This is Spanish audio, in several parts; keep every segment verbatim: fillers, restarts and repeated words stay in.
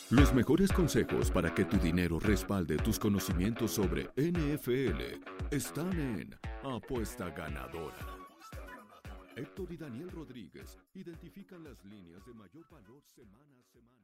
Los mejores consejos para que tu dinero respalde tus conocimientos sobre N F L están en Apuesta Ganadora. Héctor y Daniel Rodríguez identifican las líneas de mayor valor semana a semana.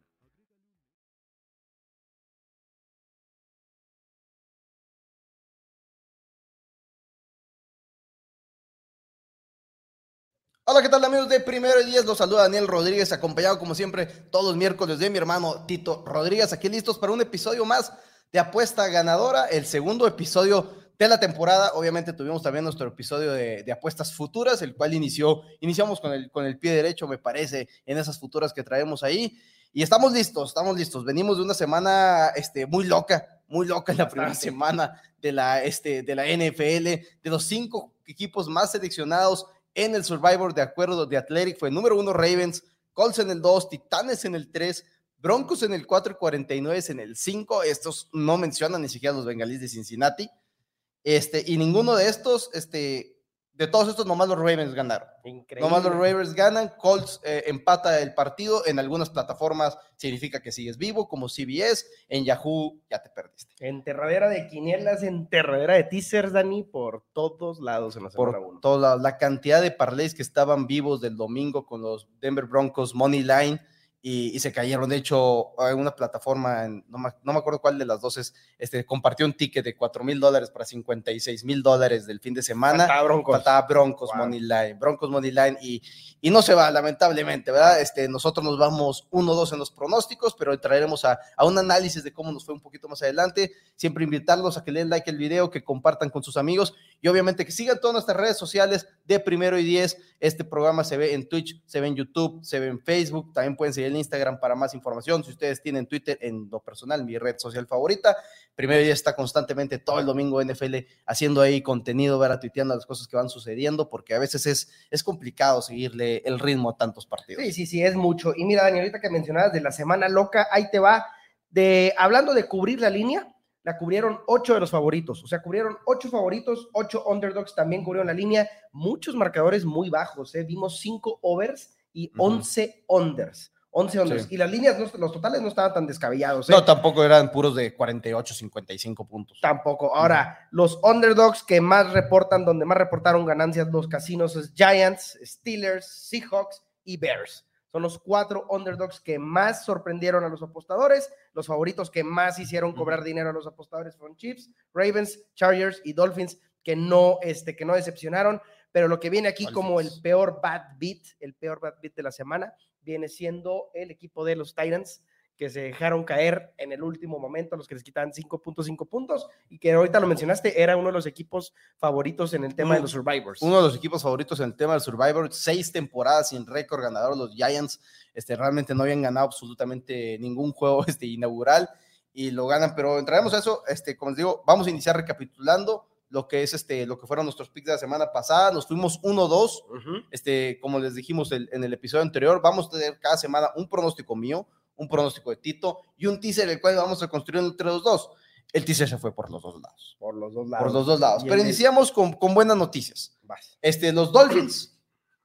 Hola, ¿qué tal amigos de Primero y Diez? Los saluda Daniel Rodríguez, acompañado como siempre todos los miércoles de mi hermano Tito Rodríguez, aquí listos para un episodio más de Apuesta Ganadora, el segundo episodio de la temporada. Obviamente tuvimos también nuestro episodio de, de apuestas futuras, el cual inició, iniciamos con el, con el pie derecho, me parece, en esas futuras que traemos ahí, y estamos listos, estamos listos, venimos de una semana este, muy loca, muy loca en la Bastante. primera semana de la, este, de la N F L, de los cinco equipos más seleccionados en el Survivor, de acuerdo de Athletic, fue número uno Ravens, Colts en el dos, Titanes en el tres, Broncos en el cuatro y cuarenta y nueve en el cinco. Estos no mencionan ni siquiera los Bengalíes de Cincinnati. Este, y ninguno de estos, este, de todos estos, nomás los Ravens ganaron. Increíble. Nomás los Ravens ganan, Colts eh, empata el partido, en algunas plataformas significa que sigues vivo, como C B S, en Yahoo ya te perdiste. Enterradera de quinielas, enterradera de teasers, Dani, por todos lados en la semana uno. Por toda la, la cantidad de parlays que estaban vivos del domingo con los Denver Broncos Money Line, y, y se cayeron. De hecho, en una plataforma, en, no, me, no me acuerdo cuál de las dos es, este, compartió un ticket de cuatro mil dólares para cincuenta y seis mil dólares del fin de semana. Fataba Broncos. Fataba Broncos Wow. Money Line, Broncos Money Line, y, y no se va, lamentablemente, ¿verdad? Este, nosotros nos vamos uno dos en los pronósticos, pero traeremos a, a un análisis de cómo nos fue un poquito más adelante. Siempre invitarlos a que le den like al video, que compartan con sus amigos, y obviamente que sigan todas nuestras redes sociales de Primero y Diez. Este programa se ve en Twitch, se ve en YouTube, se ve en Facebook, también pueden seguir en Instagram para más información. Si ustedes tienen Twitter, en lo personal, mi red social favorita, Primero y Diez está constantemente todo el domingo N F L haciendo ahí contenido, ver, tuiteando las cosas que van sucediendo, porque a veces es, es complicado seguirle el ritmo a tantos partidos. Sí, sí, sí, es mucho. Y mira, Dani, ahorita que mencionabas de la semana loca, ahí te va, de hablando de cubrir la línea, la cubrieron ocho de los favoritos, o sea, cubrieron ocho favoritos, ocho underdogs también cubrieron la línea, muchos marcadores muy bajos, ¿eh? Vimos cinco overs y once uh-huh. unders, once unders, sí. Y las líneas, los, los totales no estaban tan descabellados, ¿eh? No, tampoco eran puros de cuarenta y ocho, cincuenta y cinco puntos. Tampoco. Ahora, uh-huh. los underdogs que más reportan, donde más reportaron ganancias los casinos es Giants, Steelers, Seahawks y Bears. Son los cuatro underdogs que más sorprendieron a los apostadores. Los favoritos que más hicieron cobrar uh-huh. dinero a los apostadores fueron Chiefs, Ravens, Chargers y Dolphins, que no, este, que no decepcionaron. Pero lo que viene aquí Dolphins. Como el peor bad beat, el peor bad beat de la semana, viene siendo el equipo de los Titans, que se dejaron caer en el último momento, los que les quitaban cinco punto cinco puntos, y que ahorita lo mencionaste, era uno de los equipos favoritos en el tema uno, de los Survivors. Uno de los equipos favoritos en el tema del Survivor, seis temporadas sin récord ganador, los Giants este, realmente no habían ganado absolutamente ningún juego este, inaugural, y lo ganan, pero entraremos a eso, este, como les digo, vamos a iniciar recapitulando lo que es este, lo que fueron nuestros picks de la semana pasada. Nos fuimos uno dos, uh-huh. este, como les dijimos el, en el episodio anterior, vamos a tener cada semana un pronóstico mío, un pronóstico de Tito y un teaser el cual vamos a construir entre los dos. El teaser se fue por los dos lados. Por los dos lados. Por los dos lados. Pero iniciamos con, con buenas noticias. Este, los Dolphins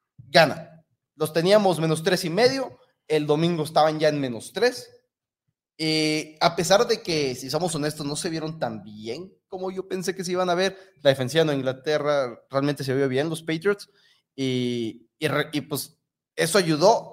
ganan. Los teníamos menos tres y medio. El domingo estaban ya en menos tres. Eh, a pesar de que, si somos honestos, no se vieron tan bien como yo pensé que se iban a ver. La defensiva de Inglaterra realmente se vio bien, los Patriots. Y, y, y pues eso ayudó.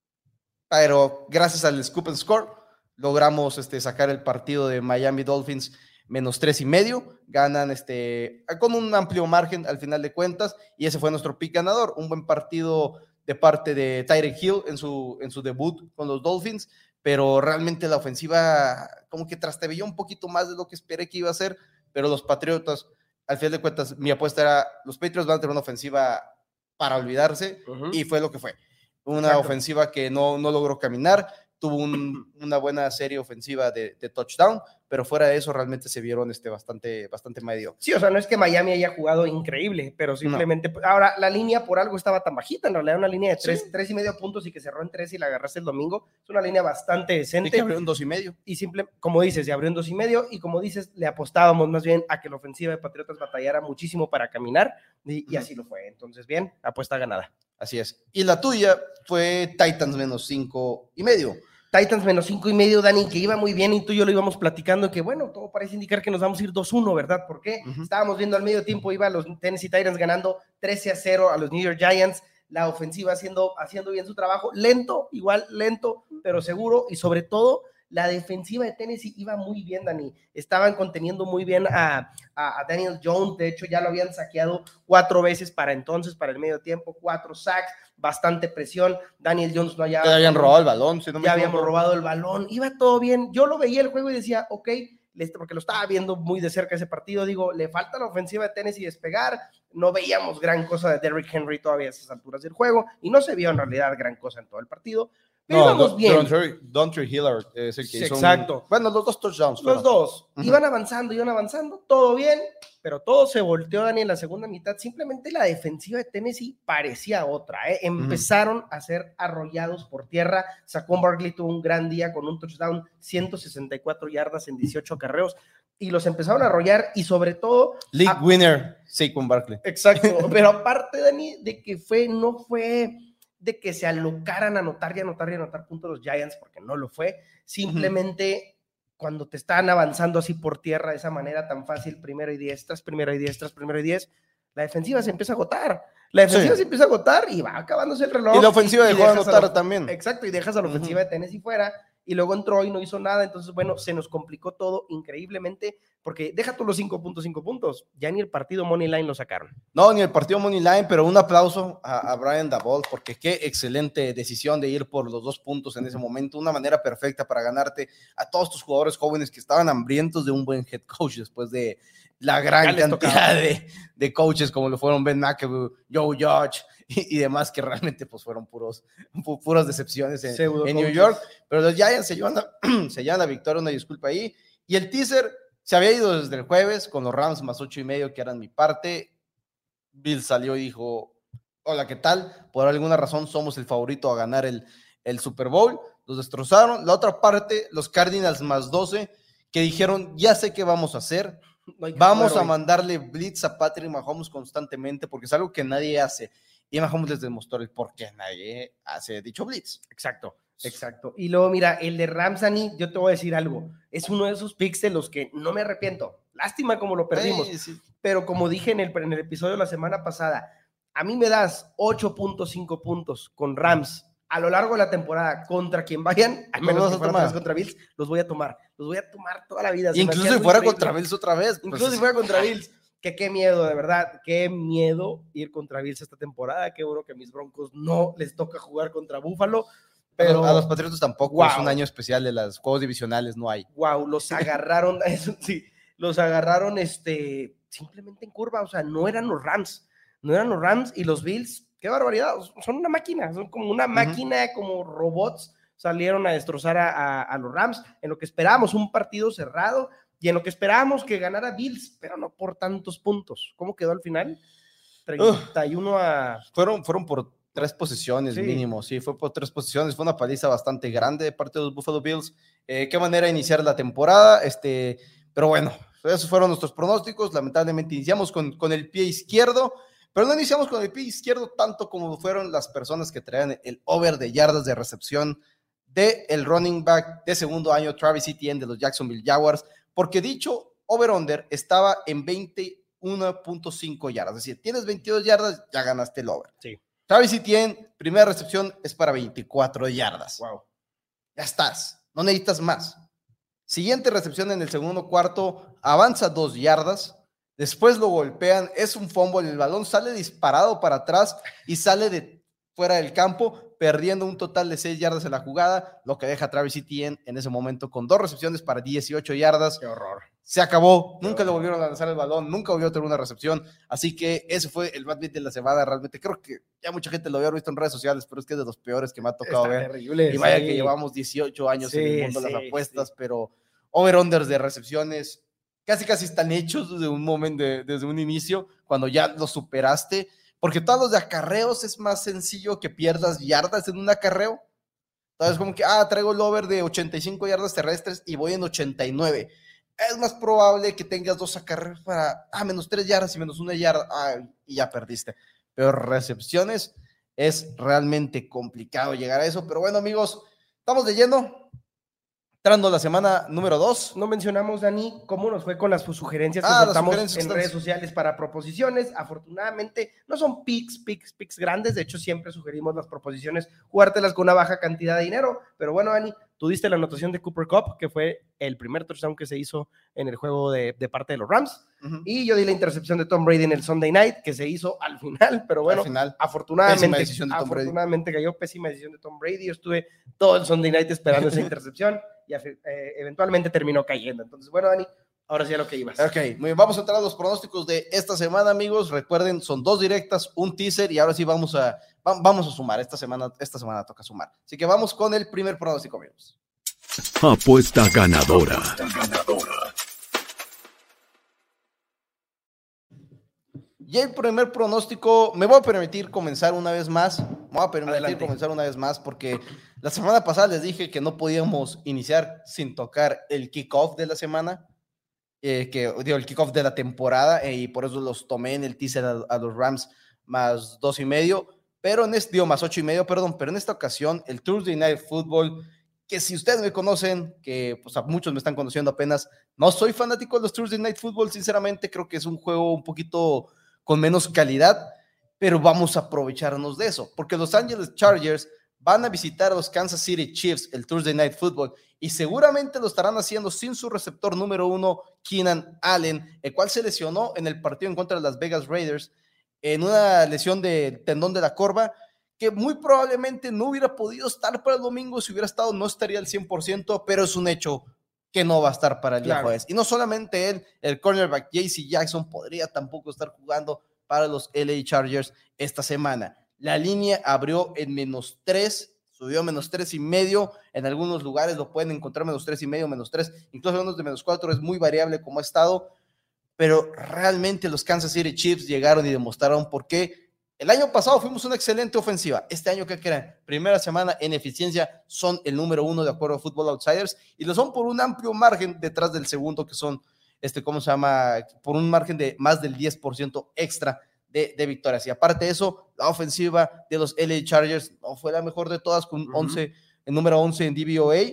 Pero gracias al Scoop and Score logramos este, sacar el partido de Miami Dolphins menos tres y medio, ganan este, con un amplio margen al final de cuentas, y ese fue nuestro pick ganador, un buen partido de parte de Tyreek Hill en su, en su debut con los Dolphins, pero realmente la ofensiva como que trastabilló un poquito más de lo que esperé que iba a ser, pero los Patriotas, al final de cuentas, mi apuesta era, los Patriots van a tener una ofensiva para olvidarse, uh-huh. y fue lo que fue. Una Exacto. ofensiva que no, no logró caminar, tuvo un, una buena serie ofensiva de, de touchdown, pero fuera de eso realmente se vieron este, bastante, bastante medio. Sí, o sea, no es que Miami haya jugado increíble, pero simplemente, no. Ahora la línea por algo estaba tan bajita, en realidad una línea de tres, sí. tres y medio puntos y que cerró en tres y la agarraste el domingo, es una línea bastante decente. Y que abrió en dos y medio. Y simple, como dices, se abrió en dos y medio, y como dices, le apostábamos más bien a que la ofensiva de Patriotas batallara muchísimo para caminar, y, y así lo fue. Entonces, bien, apuesta ganada. Así es. Y la tuya fue Titans menos cinco y medio. Titans menos cinco y medio, Dani, que iba muy bien y tú y yo lo íbamos platicando, que bueno, todo parece indicar que nos vamos a ir dos uno, ¿verdad? ¿Por qué? Uh-huh. Estábamos viendo al medio tiempo, iba los Tennessee Titans ganando trece a cero a los New York Giants, la ofensiva haciendo, haciendo bien su trabajo, lento, igual lento, pero seguro, y sobre todo, la defensiva de Tennessee iba muy bien, Dani. Estaban conteniendo muy bien a, a, a Daniel Jones. De hecho, ya lo habían saqueado cuatro veces para entonces, para el medio tiempo, cuatro sacks, bastante presión. Daniel Jones no hallaba. Ya habían robado el balón. Si no me ya habíamos robado el balón. Iba todo bien. Yo lo veía el juego y decía, ok, porque lo estaba viendo muy de cerca ese partido. Digo, le falta la ofensiva de Tennessee despegar. No veíamos gran cosa de Derrick Henry todavía a esas alturas del juego. Y no se vio en realidad gran cosa en todo el partido. No, Don, bien. Dontre Hillard es el que sí, hizo exacto. Un, bueno, los dos touchdowns. Los dos. Uh-huh. Iban avanzando, iban avanzando, todo bien, pero todo se volteó, Dani, en la segunda mitad. Simplemente la defensiva de Tennessee parecía otra. ¿eh? Empezaron uh-huh. a ser arrollados por tierra. Saquon Barkley tuvo un gran día con un touchdown, ciento sesenta y cuatro yardas en dieciocho acarreos, y los empezaron a arrollar, y sobre todo... League a... winner, Saquon Barkley. Exacto, pero aparte, Dani, de que fue, no fue... de que se alocaran a anotar y anotar y anotar puntos los Giants, porque no lo fue, simplemente uh-huh. cuando te están avanzando así por tierra de esa manera tan fácil, primero y diez, tras primero y diez, tras primero y diez, la defensiva se empieza a agotar, la defensiva sí. se empieza a agotar y va acabándose el reloj. Y la ofensiva y, dejó y de anotar lo, también. Exacto, y dejas a la ofensiva uh-huh. de Tennessee fuera, y luego entró y no hizo nada, entonces bueno, se nos complicó todo increíblemente, porque deja tú los cinco puntos, cinco puntos, ya ni el partido Money Line lo sacaron. No, ni el partido Money Line, pero un aplauso a, a Brian Daboll, porque qué excelente decisión de ir por los dos puntos en ese momento, una manera perfecta para ganarte a todos tus jugadores jóvenes que estaban hambrientos de un buen head coach después de la gran cantidad de, de coaches como lo fueron Ben McAdoo, Joe Judge y, y demás, que realmente pues fueron puros, pu, puras decepciones en, en New York, pero los Giants se llevan, la, se llevan la victoria, una disculpa ahí, y el teaser se había ido desde el jueves con los Rams más ocho y medio, que eran mi parte. Bill salió y dijo, hola, ¿qué tal? Por alguna razón somos el favorito a ganar el, el Super Bowl. Los destrozaron. La otra parte, los Cardinals más doce, que dijeron, ya sé qué vamos a hacer. No vamos a hoy. mandarle blitz a Patrick Mahomes constantemente, porque es algo que nadie hace. Y Mahomes les demostró el por qué nadie hace dicho blitz. Exacto. Exacto. Y luego, mira, el de Ramsey, yo te voy a decir algo. Es uno de esos picks de los que no me arrepiento. Lástima como lo perdimos. Sí, sí. Pero como dije en el, en el episodio de la semana pasada, a mí me das ocho punto cinco puntos con Rams a lo largo de la temporada contra quien vayan, al menos que fueran contra Bills, los voy a tomar. Los voy a tomar toda la vida. Incluso si fuera contra Bills otra vez. Incluso pues, si fuera contra Bills. Que qué miedo, de verdad, qué miedo ir contra Bills esta temporada. Qué bueno que a mis Broncos no les toca jugar contra Buffalo. Pero a los Patriotas tampoco, wow. Es un año especial de los juegos divisionales, no hay. Wow, los agarraron, eso sí, los agarraron este, simplemente en curva, o sea, no eran los Rams, no eran los Rams y los Bills, qué barbaridad, son una máquina, son como una máquina, uh-huh. como robots, salieron a destrozar a, a, a los Rams, en lo que esperábamos un partido cerrado y en lo que esperábamos que ganara Bills, pero no por tantos puntos. ¿Cómo quedó al final? treinta y uno a... Fueron, fueron por... Tres posiciones sí. mínimo, sí, fue por tres posiciones, fue una paliza bastante grande de parte de los Buffalo Bills. Eh, qué manera de iniciar la temporada, este, pero bueno, esos fueron nuestros pronósticos. Lamentablemente iniciamos con, con el pie izquierdo, pero no iniciamos con el pie izquierdo tanto como fueron las personas que traían el over de yardas de recepción de el running back de segundo año, Travis Etienne, de los Jacksonville Jaguars, porque dicho over-under estaba en veintiuno punto cinco yardas, es decir, tienes veintidós yardas, ya ganaste el over. Sí. Travis Etienne, primera recepción es para veinticuatro yardas. Wow. Ya estás, no necesitas más. Siguiente recepción en el segundo cuarto, avanza dos yardas, después lo golpean, es un fumble, el balón sale disparado para atrás y sale de fuera del campo, perdiendo un total de seis yardas en la jugada, lo que deja a Travis Etienne en ese momento con dos recepciones para dieciocho yardas. ¡Qué horror! Se acabó, nunca le volvieron a lanzar el balón, nunca volvió a tener una recepción, así que ese fue el bad beat de la semana. Realmente creo que ya mucha gente lo había visto en redes sociales, pero es que es de los peores que me ha tocado Está ver. Terrible, y vaya sí. que llevamos dieciocho años sí, en el mundo de sí, las apuestas, sí. pero over-unders de recepciones casi casi están hechos desde un momento, de, desde un inicio, cuando ya los superaste, porque todos los de acarreos es más sencillo que pierdas yardas en un acarreo. Entonces como que, ah, traigo el over de ochenta y cinco yardas terrestres y voy en ochenta y nueve. Es más probable que tengas dos acarreos para, ah, menos tres yardas y menos una yarda, ah, y ya perdiste. Pero recepciones es realmente complicado llegar a eso. Pero bueno, amigos, Estamos leyendo. Entrando la semana número dos. No mencionamos, Dani, cómo nos fue con las sugerencias que Ah, soltamos sugerencias en redes sociales para proposiciones. Afortunadamente, no son picks, picks, picks grandes. De hecho, siempre sugerimos las proposiciones, jugártelas con una baja cantidad de dinero. Pero bueno, Dani, tú diste la anotación de Cooper Kupp, que fue el primer touchdown que se hizo en el juego de, de parte de los Rams. Uh-huh. Y yo di la intercepción de Tom Brady en el Sunday Night, que se hizo al final. Pero bueno, final, afortunadamente, de afortunadamente cayó pésima decisión de Tom Brady. Yo estuve todo el Sunday Night esperando esa intercepción. Y eh, eventualmente terminó cayendo. Entonces, bueno, Dani, ahora sí a lo que ibas. Ok, muy bien, vamos a entrar a los pronósticos de esta semana, amigos. Recuerden, son dos directas, un teaser, y ahora sí vamos a, va, vamos a sumar. Esta semana, esta semana toca sumar. Así que vamos con el primer pronóstico, amigos. Apuesta ganadora. Y el primer pronóstico, me voy a permitir comenzar una vez más, me voy a permitir Adelante. comenzar una vez más porque la semana pasada les dije que no podíamos iniciar sin tocar el kickoff de la semana, eh, que digo, el kickoff de la temporada, eh, y por eso los tomé en el teaser a, a los Rams más dos y medio, pero en este, digo, más ocho y medio, perdón, pero en esta ocasión el Thursday Night Football, que si ustedes me conocen, que pues a muchos me están conociendo apenas, no soy fanático de los Thursday Night Football, sinceramente creo que es un juego un poquito con menos calidad, pero vamos a aprovecharnos de eso, porque Los Angeles Chargers van a visitar a los Kansas City Chiefs el Thursday Night Football, y seguramente lo estarán haciendo sin su receptor número uno, Keenan Allen, el cual se lesionó en el partido en contra de las Vegas Raiders, en una lesión del tendón de la corva, que muy probablemente no hubiera podido estar para el domingo. Si hubiera estado, no estaría al cien por ciento, pero es un hecho que no va a estar para el día Claro. jueves. Y no solamente él, el cornerback J C Jackson podría tampoco estar jugando para los L A Chargers esta semana. La línea abrió en menos tres, subió a menos tres y medio. En algunos lugares lo pueden encontrar menos tres y medio, menos tres, incluso menos de menos cuatro. Es muy variable como ha estado, pero realmente los Kansas City Chiefs llegaron y demostraron por qué. El año pasado fuimos una excelente ofensiva. Este año, ¿qué creen? Primera semana en eficiencia, son el número uno de acuerdo a Football Outsiders, y lo son por un amplio margen detrás del segundo, que son, este, ¿cómo se llama? Por un margen de más del diez por ciento extra de, de victorias. Y aparte de eso, la ofensiva de los L A Chargers no fue la mejor de todas, con uh-huh. once, el número once en D V O A.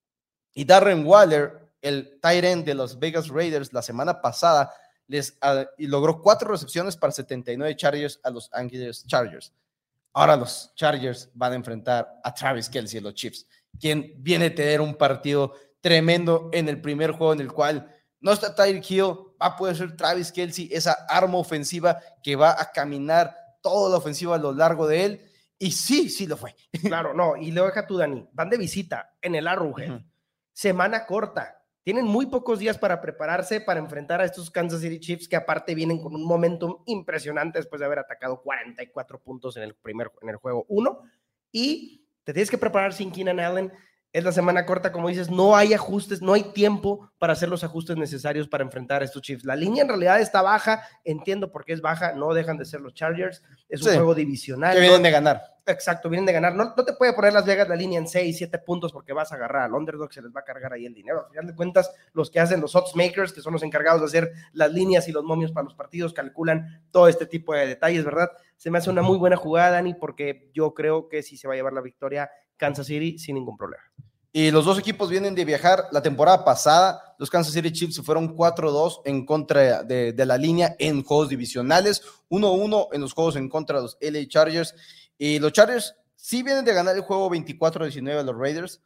Y Darren Waller, el tight end de los Vegas Raiders, la semana pasada, les uh, y logró cuatro recepciones para setenta y nueve Chargers a los Angeles Chargers. Ahora los Chargers van a enfrentar a Travis Kelce y los Chiefs, quien viene a tener un partido tremendo en el primer juego, en el cual no está Tyreek Hill, va a poder ser Travis Kelce, esa arma ofensiva que va a caminar toda la ofensiva a lo largo de él, y sí, sí lo fue. Claro, no, y lo deja tú, Dani, van de visita en el Arrowhead, uh-huh. semana corta. Tienen muy pocos días para prepararse para enfrentar a estos Kansas City Chiefs, que aparte vienen con un momentum impresionante después de haber atacado cuarenta y cuatro puntos en el primer en el juego uno, y te tienes que preparar sin Keenan Allen. Es la semana corta, como dices, no hay ajustes, no hay tiempo para hacer los ajustes necesarios para enfrentar a estos Chiefs. La línea en realidad está baja, entiendo por qué es baja, no dejan de ser los Chargers, es un sí, juego divisional. Que vienen de ganar. Exacto, vienen de ganar. No, no te puede poner Las Vegas la línea en seis, siete puntos porque vas a agarrar al underdog, se les va a cargar ahí el dinero. Al final de cuentas, los que hacen los odds makers, que son los encargados de hacer las líneas y los momios para los partidos, calculan todo este tipo de detalles, ¿verdad? Se me hace una muy buena jugada, Dani, porque yo creo que sí se va a llevar la victoria Kansas City sin ningún problema. Y los dos equipos vienen de viajar. La temporada pasada, los Kansas City Chiefs se fueron cuatro dos en contra de, de la línea en juegos divisionales, uno uno en los juegos en contra de los L A Chargers. Y los Chargers sí vienen de ganar el juego veinticuatro a diecinueve a los Raiders,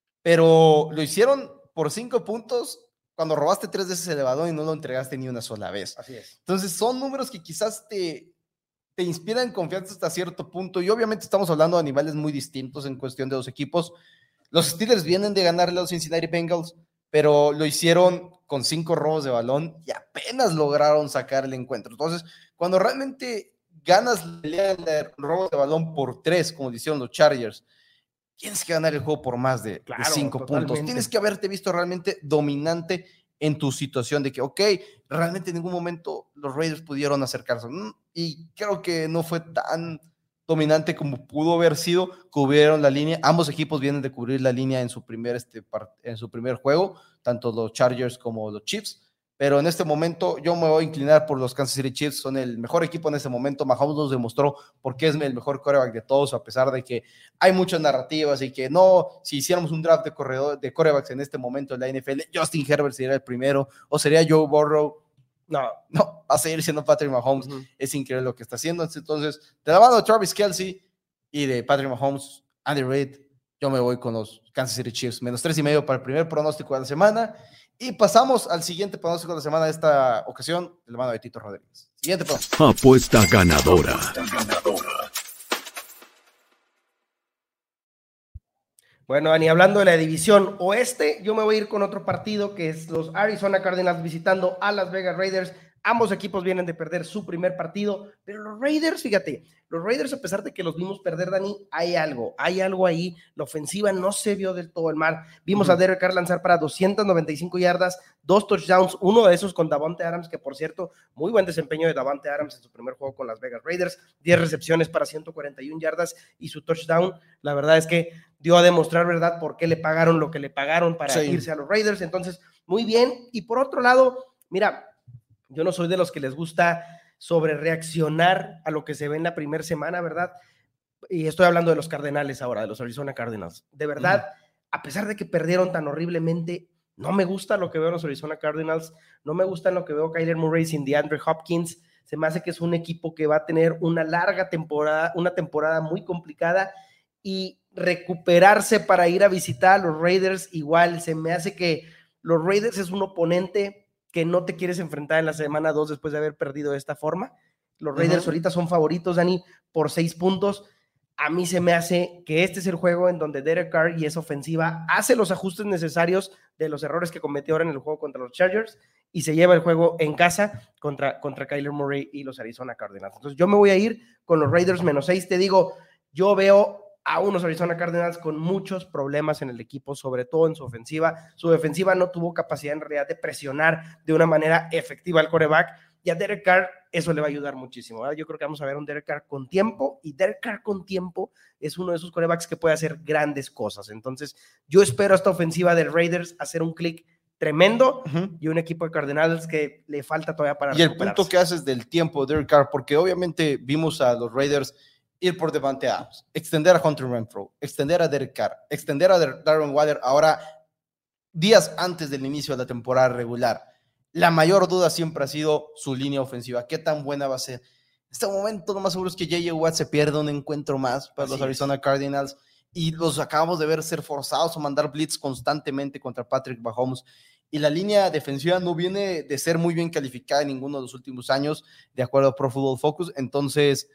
pero lo hicieron por cinco puntos cuando robaste tres veces el elevador y no lo entregaste ni una sola vez. Así es. Entonces son números que quizás te, te inspiran confianza hasta cierto punto, y obviamente estamos hablando de niveles muy distintos en cuestión de dos equipos. Los Steelers vienen de ganarle a los Cincinnati Bengals, pero lo hicieron con cinco robos de balón y apenas lograron sacar el encuentro. Entonces, cuando realmente ganas el robo de balón por tres, como lo hicieron los Chargers, tienes que ganar el juego por más de, claro, de cinco totalmente. puntos. Tienes que haberte visto realmente dominante en tu situación de que, ok, realmente en ningún momento los Raiders pudieron acercarse. Y creo que no fue tan dominante como pudo haber sido. Cubrieron la línea. Ambos equipos vienen de cubrir la línea en su primer, este, en su primer juego, tanto los Chargers como los Chiefs. pero en este momento yo me voy a inclinar por los Kansas City Chiefs. Son el mejor equipo en este momento. Mahomes nos demostró por qué es el mejor quarterback de todos, a pesar de que hay muchas narrativas y que no, si hiciéramos un draft de, corredor, de quarterbacks en este momento en la N F L, Justin Herbert sería el primero, o sería Joe Burrow. No, no, va a seguir siendo Patrick Mahomes. Uh-huh. Es increíble lo que está haciendo. Entonces, de la mano de Travis Kelce y de Patrick Mahomes, Andy Reid, yo me voy con los Kansas City Chiefs. Menos tres y medio para el primer pronóstico de la semana. Y pasamos al siguiente pronóstico de la semana de esta ocasión, de la mano de Tito Rodríguez. Siguiente pronóstico. Apuesta ganadora. Bueno, Dani, hablando de la división oeste, yo me voy a ir con otro partido que es los Arizona Cardinals visitando a Las Vegas Raiders. Ambos equipos vienen de perder su primer partido, pero los Raiders, fíjate, los Raiders, a pesar de que los vimos perder, Dani, hay algo, hay algo ahí. La ofensiva no se vio del todo el mal. Vimos uh-huh. a Derek Carr lanzar para doscientas noventa y cinco yardas, dos touchdowns, uno de esos con Davante Adams, que por cierto, muy buen desempeño de Davante Adams en su primer juego con Las Vegas Raiders, diez recepciones para ciento cuarenta y una yardas y su touchdown. La verdad es que dio a demostrar, ¿verdad?, por qué le pagaron lo que le pagaron para sí. irse a los Raiders. Entonces, muy bien. Y por otro lado, mira, yo no soy de los que les gusta sobre reaccionar a lo que se ve en la primera semana, ¿verdad? Y estoy hablando de los Cardenales ahora, de los Arizona Cardinals. De verdad, uh-huh. a pesar de que perdieron tan horriblemente, no me gusta lo que veo en los Arizona Cardinals, no me gusta lo que veo Kyler Murray sin DeAndre Hopkins. Se me hace que es un equipo que va a tener una larga temporada, una temporada muy complicada, y recuperarse para ir a visitar a los Raiders, igual se me hace que los Raiders es un oponente que no te quieres enfrentar en la semana dos después de haber perdido de esta forma. Los Raiders uh-huh. ahorita son favoritos, Dani, por seis puntos. A mí se me hace que este es el juego en donde Derek Carr y esa ofensiva hace los ajustes necesarios de los errores que cometió ahora en el juego contra los Chargers y se lleva el juego en casa contra, contra Kyler Murray y los Arizona Cardinals. Entonces yo me voy a ir con los Raiders menos seis. Te digo, yo veo a unos Arizona Cardinals con muchos problemas en el equipo, sobre todo en su ofensiva. Su defensiva no tuvo capacidad en realidad de presionar de una manera efectiva al quarterback, y a Derek Carr eso le va a ayudar muchísimo, ¿verdad? Yo creo que vamos a ver un Derek Carr con tiempo, y Derek Carr con tiempo es uno de esos quarterbacks que puede hacer grandes cosas. Entonces yo espero a esta ofensiva de Raiders hacer un clic tremendo uh-huh. y un equipo de Cardinals que le falta todavía para y el punto que haces del tiempo de Derek Carr, porque obviamente vimos a los Raiders ir por Davante Adams, extender a Hunter Renfrow, extender a Derek Carr, extender a Darren Waller, ahora días antes del inicio de la temporada regular. La mayor duda siempre ha sido su línea ofensiva. ¿Qué tan buena va a ser? En este momento lo más seguro es que J J Watt se pierda un encuentro más para Así los Arizona es. Cardinals, y los acabamos de ver ser forzados a mandar blitz constantemente contra Patrick Mahomes. Y la línea defensiva no viene de ser muy bien calificada en ninguno de los últimos años, de acuerdo a Pro Football Focus. Entonces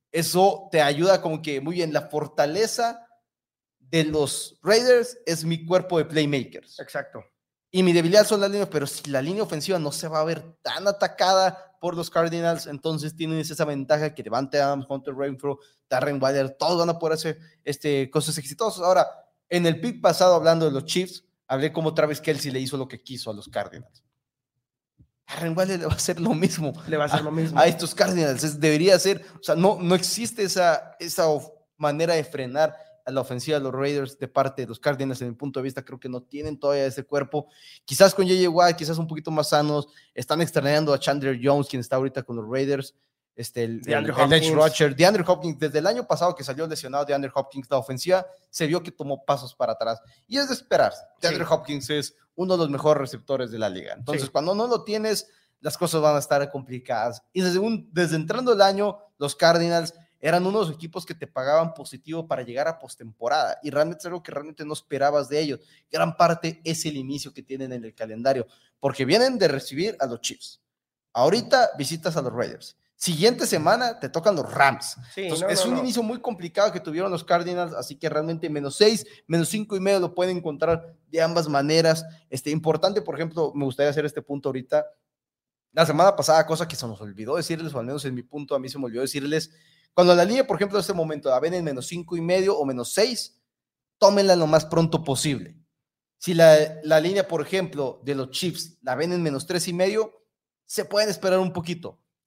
eso te ayuda como que muy bien. La fortaleza de los Raiders es mi cuerpo de playmakers. Exacto. Y mi debilidad son las líneas, pero si la línea ofensiva no se va a ver tan atacada por los Cardinals, entonces tienen esa ventaja que Davante Adams, Hunter Renfrow, Darren Waller, todos van a poder hacer este, cosas exitosas. Ahora, en el pick pasado, hablando de los Chiefs, hablé como Travis Kelce le hizo lo que quiso a los Cardinals. Darren Waller le va a hacer lo mismo. Le va a hacer a, lo mismo. A estos Cardinals. Es, debería ser, o sea, no, no existe esa, esa of, manera de frenar a la ofensiva de los Raiders de parte de los Cardinals. En mi punto de vista, creo que no tienen todavía ese cuerpo. Quizás con J J Watt, quizás un poquito más sanos. Están extrañando a Chandler Jones, quien está ahorita con los Raiders. Este, el, DeAndre el, el edge rusher. DeAndre Hopkins, desde el año pasado que salió lesionado DeAndre Hopkins, la ofensiva se vio que tomó pasos para atrás. Y es de esperarse. DeAndre sí. Hopkins es uno de los mejores receptores de la liga. Entonces, sí. cuando no lo tienes, las cosas van a estar complicadas. Y desde, un, desde entrando el año, los Cardinals eran uno de los equipos que te pagaban positivo para llegar a postemporada, y realmente es algo que realmente no esperabas de ellos. Gran parte es el inicio que tienen en el calendario, porque vienen de recibir a los Chiefs. Ahorita visitas a los Raiders. Siguiente semana te tocan los Rams. Sí, Entonces, no, es no, un no. inicio muy complicado que tuvieron los Cardinals, así que realmente menos seis, menos cinco y medio lo pueden encontrar de ambas maneras. Este, importante, por ejemplo, me gustaría hacer este punto ahorita. La semana pasada, cosa que se nos olvidó decirles, o al menos en mi punto a mí se me olvidó decirles, cuando la línea, por ejemplo, en este momento la ven en menos cinco y medio o menos seis, tómenla lo más pronto posible. Si la, la línea, por ejemplo, de los Chiefs la ven en menos tres y medio, se pueden esperar un poquito.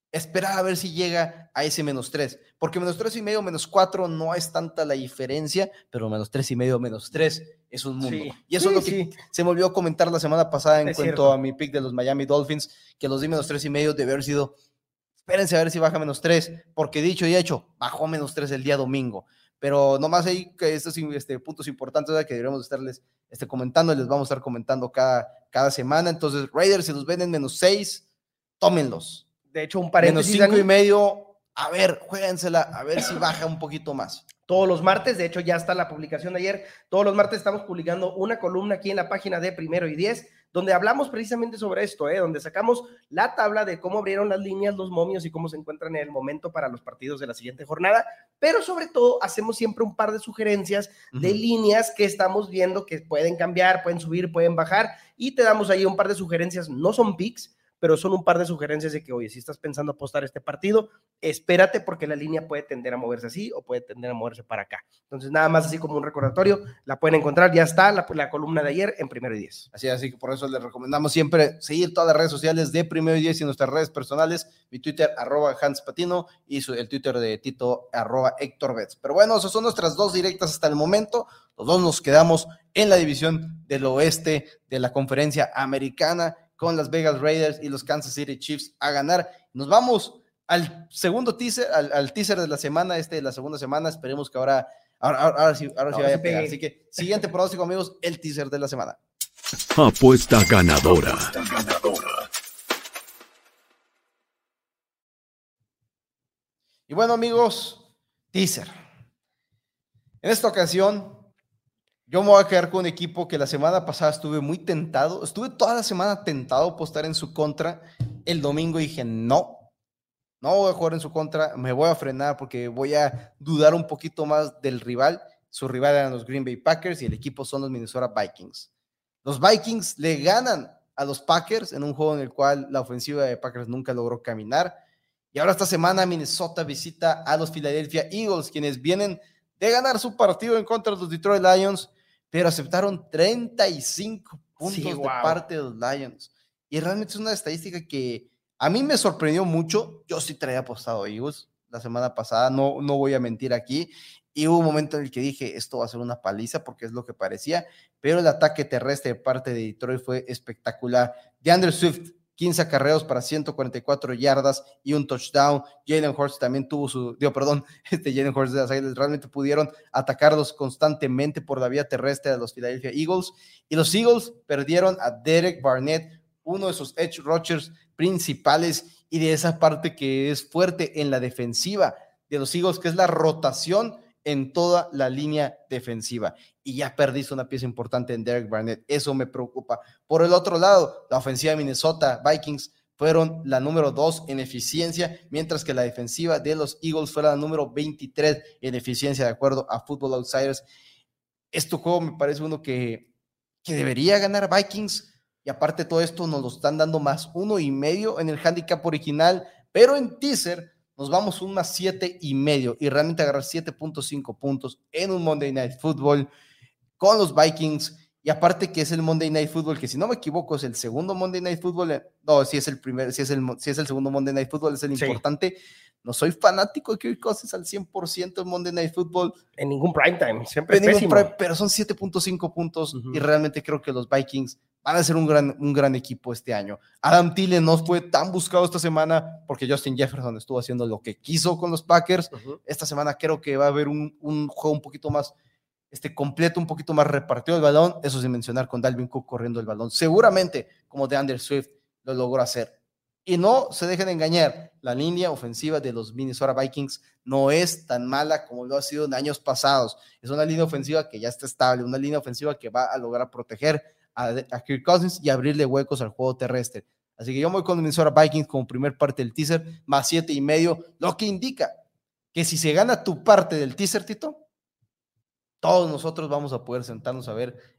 esperar a ver si llega a ese menos tres, porque menos tres y medio, menos cuatro no es tanta la diferencia, pero menos tres y medio, menos tres es un mundo. Sí, y eso sí, es lo que sí. se me olvidó a comentar la semana pasada en Es cuanto cierto. a mi pick de los Miami Dolphins, que los di menos tres y medio, debe haber sido, espérense a ver si baja menos tres, porque dicho y hecho, bajó menos tres el día domingo. Pero nomás ahí que estos este, puntos importantes ¿verdad? Que deberíamos estarles este, comentando, y les vamos a estar comentando cada, cada semana. Entonces, Raiders, si los ven en menos seis, tómenlos. De hecho, un paréntesis, menos cinco Dani. y medio, a ver, juéguensela, a ver si baja un poquito más. Todos los martes, de hecho ya está la publicación de ayer, todos los martes estamos publicando una columna aquí en la página de Primero y Diez, donde hablamos precisamente sobre esto, ¿eh? Donde sacamos la tabla de cómo abrieron las líneas los momios y cómo se encuentran en el momento para los partidos de la siguiente jornada, pero sobre todo hacemos siempre un par de sugerencias uh-huh. de líneas que estamos viendo que pueden cambiar, pueden subir, pueden bajar, y te damos ahí un par de sugerencias, no son picks, pero son un par de sugerencias de que, oye, si estás pensando apostar este partido, espérate porque la línea puede tender a moverse así o puede tender a moverse para acá. Entonces, nada más así como un recordatorio, la pueden encontrar, ya está la, la columna de ayer en Primero y Diez. Así, así que por eso les recomendamos siempre seguir todas las redes sociales de Primero y Diez y nuestras redes personales, mi Twitter, arroba Hans Patino, y su, el Twitter de Tito, arroba Héctor Betts. Pero bueno, esas son nuestras dos directas hasta el momento. Los dos nos quedamos en la división del oeste de la conferencia americana, con las Vegas Raiders y los Kansas City Chiefs a ganar. Nos vamos al segundo teaser, al, al teaser de la semana, este de la segunda semana. Esperemos que ahora, ahora, ahora, ahora sí, ahora sí vaya a pegar. Así que, siguiente pronóstico, amigos, el teaser de la semana. Apuesta ganadora. Y bueno, amigos, teaser. En esta ocasión, yo me voy a quedar con un equipo que la semana pasada estuve muy tentado, estuve toda la semana tentado a apostar en su contra. El domingo dije, no, no voy a jugar en su contra, me voy a frenar porque voy a dudar un poquito más del rival. Su rival eran los Green Bay Packers y el equipo son los Minnesota Vikings. Los Vikings le ganan a los Packers en un juego en el cual la ofensiva de Packers nunca logró caminar. Y ahora esta semana Minnesota visita a los Philadelphia Eagles, quienes vienen de ganar su partido en contra de los Detroit Lions, pero aceptaron treinta y cinco puntos sí, wow. de parte de los Lions. Y realmente es una estadística que a mí me sorprendió mucho. Yo sí traía apostado a Eagles la semana pasada, no, no voy a mentir aquí. Y hubo un momento en el que dije, esto va a ser una paliza, porque es lo que parecía, pero el ataque terrestre de parte de Detroit fue espectacular. DeAndre Swift, quince acarreos para ciento cuarenta y cuatro yardas y un touchdown. Jalen Hurts también tuvo su, digo, perdón, este Jalen Hurts de las Águilas realmente pudieron atacarlos constantemente por la vía terrestre de los Philadelphia Eagles. Y los Eagles perdieron a Derek Barnett, uno de sus edge rushers principales y de esa parte que es fuerte en la defensiva de los Eagles, que es la rotación en toda la línea defensiva, y ya perdiste una pieza importante en Derek Barnett. Eso me preocupa. Por el otro lado, la ofensiva de Minnesota Vikings fueron la número dos en eficiencia, mientras que la defensiva de los Eagles fue la número veintitrés en eficiencia, de acuerdo a Football Outsiders. Este juego me parece uno que, que debería ganar Vikings, y aparte todo esto nos lo están dando más uno y medio en el handicap original, pero en teaser nos vamos un más siete y medio, y realmente agarrar siete punto cinco puntos en un Monday Night Football con los Vikings. Y aparte que es el Monday Night Football, que si no me equivoco es el segundo Monday Night Football, no, si es el primer, si es el, si es el segundo Monday Night Football, es el sí. importante. No soy fanático de Kirk Cousins al cien por ciento en Monday Night Football. En ningún primetime, siempre en es pésimo. Prime, pero son siete punto cinco puntos, uh-huh. y realmente creo que los Vikings van a ser un gran, un gran equipo este año. Adam Thielen no fue tan buscado esta semana porque Justin Jefferson estuvo haciendo lo que quiso con los Packers. Uh-huh. Esta semana creo que va a haber un, un juego un poquito más este, completo, un poquito más repartido el balón. Eso sin mencionar con Dalvin Cook corriendo el balón. Seguramente, como DeAndre Swift lo logró hacer. Y no se dejen engañar, la línea ofensiva de los Minnesota Vikings no es tan mala como lo ha sido en años pasados. Es una línea ofensiva que ya está estable, una línea ofensiva que va a lograr proteger a, a Kirk Cousins y abrirle huecos al juego terrestre. Así que yo me voy con los Minnesota Vikings como primer parte del teaser, más siete y medio, lo que indica que si se gana tu parte del teaser, Tito, todos nosotros vamos a poder sentarnos a ver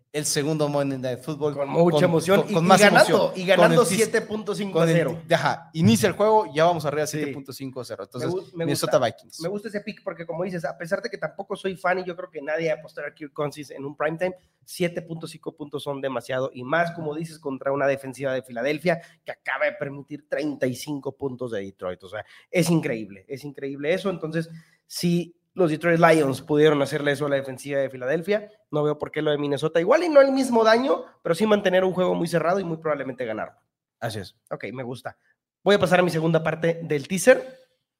el segundo Monday Night Football. Con mucha con, emoción con, y, con y más ganando, emoción. y ganando Con el- siete punto cinco con a el- cero. Ajá, inicia el juego, ya vamos arriba Sí. siete punto cinco a cero. Entonces, Me gu- me Minnesota gusta. Vikings. Me gusta ese pick porque, como dices, a pesar de que tampoco soy fan y yo creo que nadie apostará a Kirk Cousins en un primetime, siete punto cinco puntos son demasiado y más, como dices, contra una defensiva de Filadelfia que acaba de permitir treinta y cinco puntos de Detroit. O sea, es increíble, es increíble eso. Entonces, si los Detroit Lions pudieron hacerle eso a la defensiva de Filadelfia, no veo por qué lo de Minnesota. Igual y no el mismo daño, pero sí mantener un juego muy cerrado y muy probablemente ganarlo. Así es. Ok, me gusta. Voy a pasar a mi segunda parte del teaser.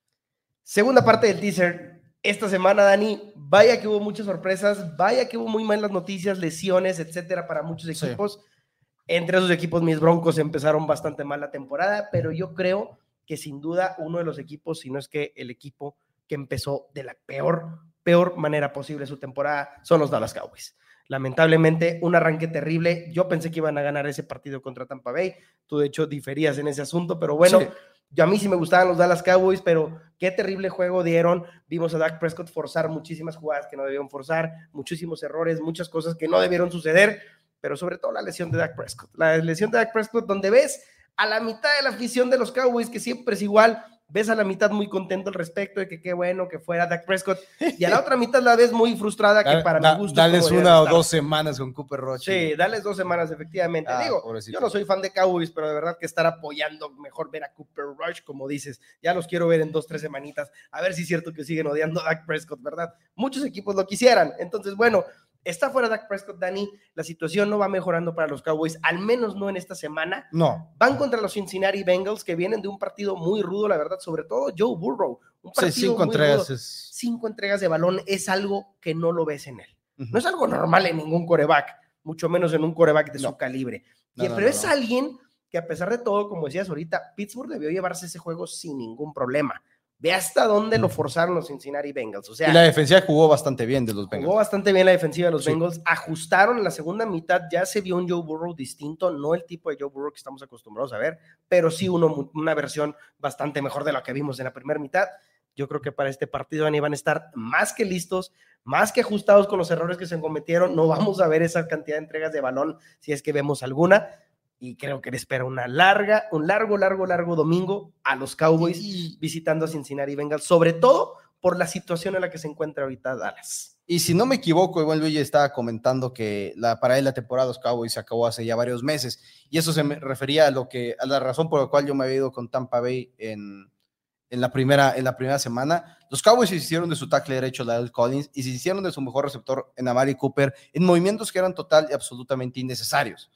Segunda parte del teaser. Esta semana, Dani, vaya que hubo muchas sorpresas, vaya que hubo muy malas noticias, lesiones, etcétera, para muchos Sí. equipos. Entre esos equipos, mis Broncos empezaron bastante mal la temporada, pero yo creo que sin duda uno de los equipos, si no es que el equipo que empezó de la peor, peor manera posible su temporada, son los Dallas Cowboys. Lamentablemente, un arranque terrible. Yo pensé que iban a ganar ese partido contra Tampa Bay. Tú, de hecho, diferías en ese asunto, pero bueno, Sí. yo a mí sí me gustaban los Dallas Cowboys, pero qué terrible juego dieron. Vimos a Dak Prescott forzar muchísimas jugadas que no debieron forzar, muchísimos errores, muchas cosas que no debieron suceder, pero sobre todo la lesión de Dak Prescott. La lesión de Dak Prescott, donde ves a la mitad de la afición de los Cowboys, que siempre es igual, ves a la mitad muy contento al respecto de que qué bueno que fuera Dak Prescott, y a la otra mitad la ves muy frustrada, que para da, mi gusto... Dales como una o estar. dos semanas con Cooper Rush. Sí, dales dos semanas, efectivamente. Ah, Digo, pobrecito. yo no soy fan de Cowboys, pero de verdad que estar apoyando, mejor ver a Cooper Rush, como dices. Ya los quiero ver en dos, tres semanitas, a ver si es cierto que siguen odiando a Dak Prescott, ¿verdad? Muchos equipos lo quisieran. Entonces, bueno, está fuera Dak Prescott, Dani. La situación no va mejorando para los Cowboys, al menos no en esta semana. No. Van contra los Cincinnati Bengals, que vienen de un partido muy rudo, la verdad, sobre todo Joe Burrow. Un partido Sí, cinco muy entregas. rudo. Es... Cinco entregas de balón es algo que no lo ves en él. Uh-huh. No es algo normal en ningún quarterback, mucho menos en un quarterback de no. su calibre. No, y, no, pero no, es no. alguien que, a pesar de todo, como decías ahorita, Pittsburgh debió llevarse ese juego sin ningún problema. Ve hasta dónde lo forzaron los Cincinnati Bengals. O sea, y la defensiva jugó bastante bien de los Bengals. Jugó bastante bien la defensiva de los sí. Bengals. Ajustaron en la segunda mitad. Ya se vio un Joe Burrow distinto. No el tipo de Joe Burrow que estamos acostumbrados a ver, pero sí uno, una versión bastante mejor de lo que vimos en la primera mitad. Yo creo que para este partido van a estar más que listos, más que ajustados con los errores que se cometieron. No vamos a ver esa cantidad de entregas de balón si es que vemos alguna. Y creo que le espera una larga, un largo, largo, largo domingo a los Cowboys y, visitando a Cincinnati Bengals, sobre todo por la situación en la que se encuentra ahorita Dallas. Y si no me equivoco, igual Luigi estaba comentando que la, para él la temporada de los Cowboys se acabó hace ya varios meses, y eso se me refería a lo que, a la razón por la cual yo me había ido con Tampa Bay en, en, la, primera, en la primera semana. Los Cowboys se hicieron de su tackle derecho, La'el Collins, y se hicieron de su mejor receptor en Amari Cooper, en movimientos que eran total y absolutamente innecesarios.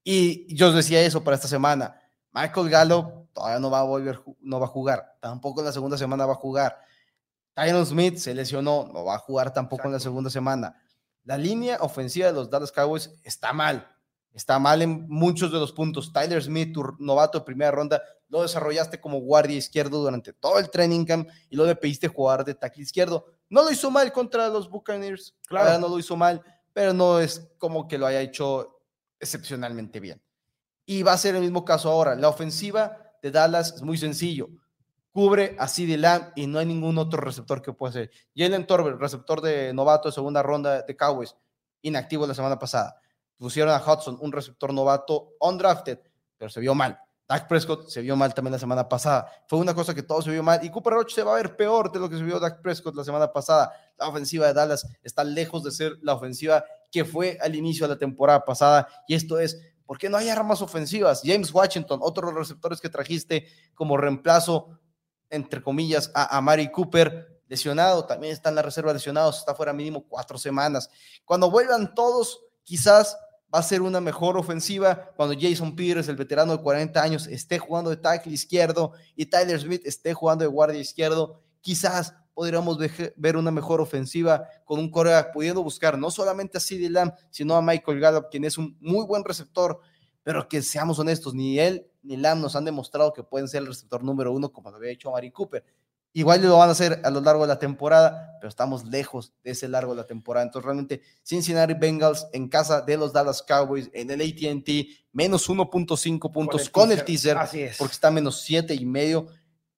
Y yo os decía eso para esta semana. Michael Gallup todavía no va a volver, no va a jugar. Tampoco en la segunda semana va a jugar. Tyron Smith se lesionó, no va a jugar tampoco Exacto. en la segunda semana. La línea ofensiva de los Dallas Cowboys está mal. Está mal en muchos de los puntos. Tyler Smith, tu novato de primera ronda, lo desarrollaste como guardia izquierdo durante todo el training camp y lo le pediste jugar de tackle izquierdo. No lo hizo mal contra los Buccaneers. Claro, no lo hizo mal, pero no es como que lo haya hecho excepcionalmente bien. Y va a ser el mismo caso ahora. La ofensiva de Dallas es muy sencillo. Cubre a CeeDee Lamb y no hay ningún otro receptor que pueda hacer. Jalen Tolbert, receptor de novato de segunda ronda de Cowboys, inactivo la semana pasada. Pusieron a Hudson, un receptor novato undrafted, pero se vio mal. Dak Prescott se vio mal también la semana pasada. Fue una cosa que todo se vio mal. Y Cooper Rush se va a ver peor de lo que se vio Dak Prescott la semana pasada. La ofensiva de Dallas está lejos de ser la ofensiva que fue al inicio de la temporada pasada. Y esto es, ¿por qué no hay armas ofensivas? James Washington, otros receptores que trajiste como reemplazo, entre comillas, a Amari Cooper, lesionado. También está en la reserva lesionados. Está fuera mínimo cuatro semanas. Cuando vuelvan todos, quizás va a ser una mejor ofensiva cuando Jason Peters, el veterano de cuarenta años, esté jugando de tackle izquierdo y Tyler Smith esté jugando de guardia izquierdo. Quizás podríamos ver una mejor ofensiva con un quarterback pudiendo buscar no solamente a CeeDee Lamb, sino a Michael Gallup, quien es un muy buen receptor, pero que seamos honestos, ni él ni Lamb nos han demostrado que pueden ser el receptor número uno como lo había hecho Amari Cooper. Igual lo van a hacer a lo largo de la temporada, pero estamos lejos de ese largo de la temporada. Entonces realmente Cincinnati Bengals en casa de los Dallas Cowboys en el A T and T, menos uno punto cinco puntos con el, con el teaser, así es. porque está menos siete y medio.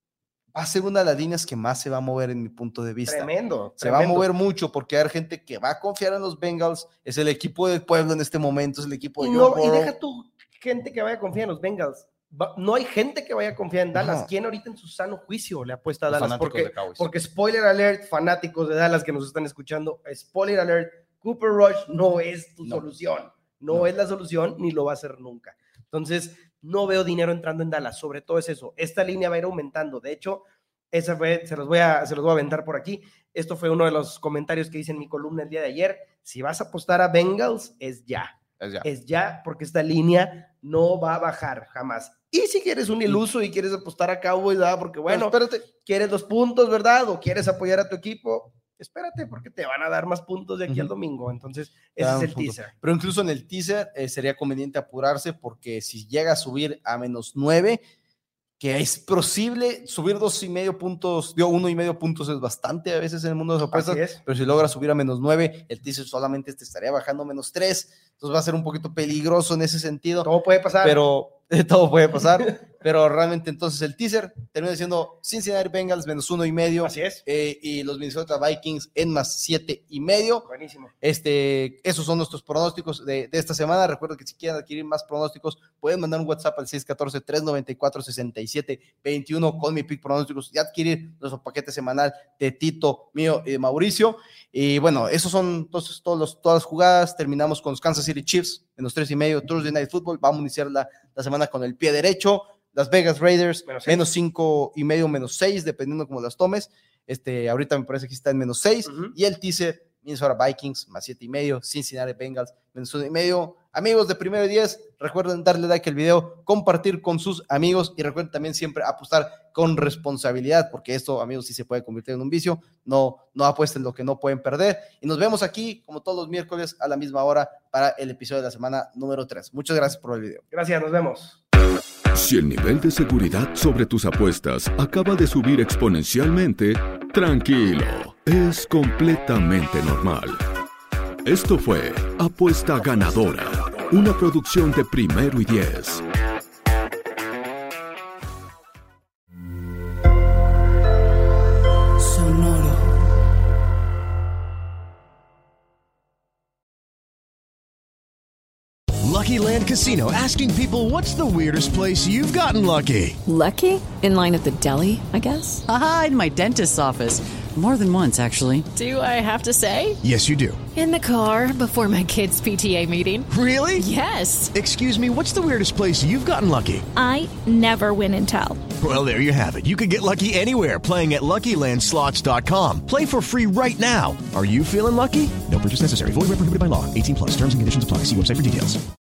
va a ser una de las líneas que más se va a mover en mi punto de vista. Tremendo. Se tremendo. va a mover mucho porque hay gente que va a confiar en los Bengals, es el equipo del pueblo en este momento, es el equipo de y, no, y deja tu gente que vaya a confiar en los Bengals. Va, no hay gente que vaya a confiar en Dallas. No. ¿Quién ahorita en su sano juicio le apuesta a los Dallas? Porque, porque spoiler alert, fanáticos de Dallas que nos están escuchando, spoiler alert, Cooper Rush no es tu no. solución. No, no es la solución ni lo va a hacer nunca. Entonces, no veo dinero entrando en Dallas. Sobre todo es eso. Esta línea va a ir aumentando. De hecho, esa fue, se los voy a, se los voy a aventar por aquí. Esto fue uno de los comentarios que hice en mi columna el día de ayer. Si vas a apostar a Bengals, es ya. Es ya. Es ya, porque esta línea no va a bajar jamás. Y si quieres un iluso y quieres apostar a Cowboys, ¿verdad? Porque bueno, pero espérate, quieres dos puntos, ¿verdad? O quieres apoyar a tu equipo, espérate, porque te van a dar más puntos de aquí uh-huh. al domingo. Entonces, ese es el punto. Teaser. Pero incluso en el teaser eh, sería conveniente apurarse, porque si llega a subir a menos nueve, que es posible subir dos y medio puntos, dio uno y medio puntos es bastante a veces en el mundo de las apuestas, pero si logra subir a menos nueve, el teaser solamente te estaría bajando menos tres, entonces va a ser un poquito peligroso en ese sentido. Todo puede pasar. Pero todo puede pasar, pero realmente entonces el teaser termina siendo Cincinnati Bengals menos uno y medio. Así es. Eh, y los Minnesota Vikings en más siete y medio. Buenísimo. Este, esos son nuestros pronósticos de, de esta semana. Recuerden que si quieren adquirir más pronósticos, pueden mandar un WhatsApp al seis uno cuatro, tres nueve cuatro, seis siete dos uno con mi pick pronósticos y adquirir nuestro paquete semanal de Tito, mío y de Mauricio. Y bueno, esos son entonces todos los, todas las jugadas. Terminamos con los Kansas City Chiefs en los tres y medio, Thursday Night Football. Vamos a iniciar la, la semana con el pie derecho. Las Vegas Raiders, menos, menos cinco y medio, menos seis, dependiendo cómo las tomes. Este, ahorita me parece que está en menos seis. Uh-huh. Y el teaser, Minnesota Vikings, más siete y medio, Cincinnati Bengals, menos uno y medio. Amigos de Primero y Diez, recuerden darle like al video, compartir con sus amigos y recuerden también siempre apostar con responsabilidad, porque esto, amigos, sí se puede convertir en un vicio. No, no apuesten lo que no pueden perder. Y nos vemos aquí, como todos los miércoles, a la misma hora para el episodio de la semana número tres. Muchas gracias por el video. Gracias, nos vemos. Si el nivel de seguridad sobre tus apuestas acaba de subir exponencialmente, tranquilo, es completamente normal. Esto fue Apuesta Ganadora, una producción de Primero y Diez. Lucky Land Casino, asking people, what's the weirdest place you've gotten lucky? Lucky? In line at the deli, I guess? Aha, in my dentist's office. More than once, actually. Do I have to say? Yes, you do. In the car before my kids' P T A meeting. Really? Yes. Excuse me, what's the weirdest place you've gotten lucky? I never win and tell. Well, there you have it. You can get lucky anywhere, playing at Lucky Land Slots dot com. Play for free right now. Are you feeling lucky? No purchase necessary. Void where prohibited by law. eighteen plus. Terms and conditions apply. See website for details.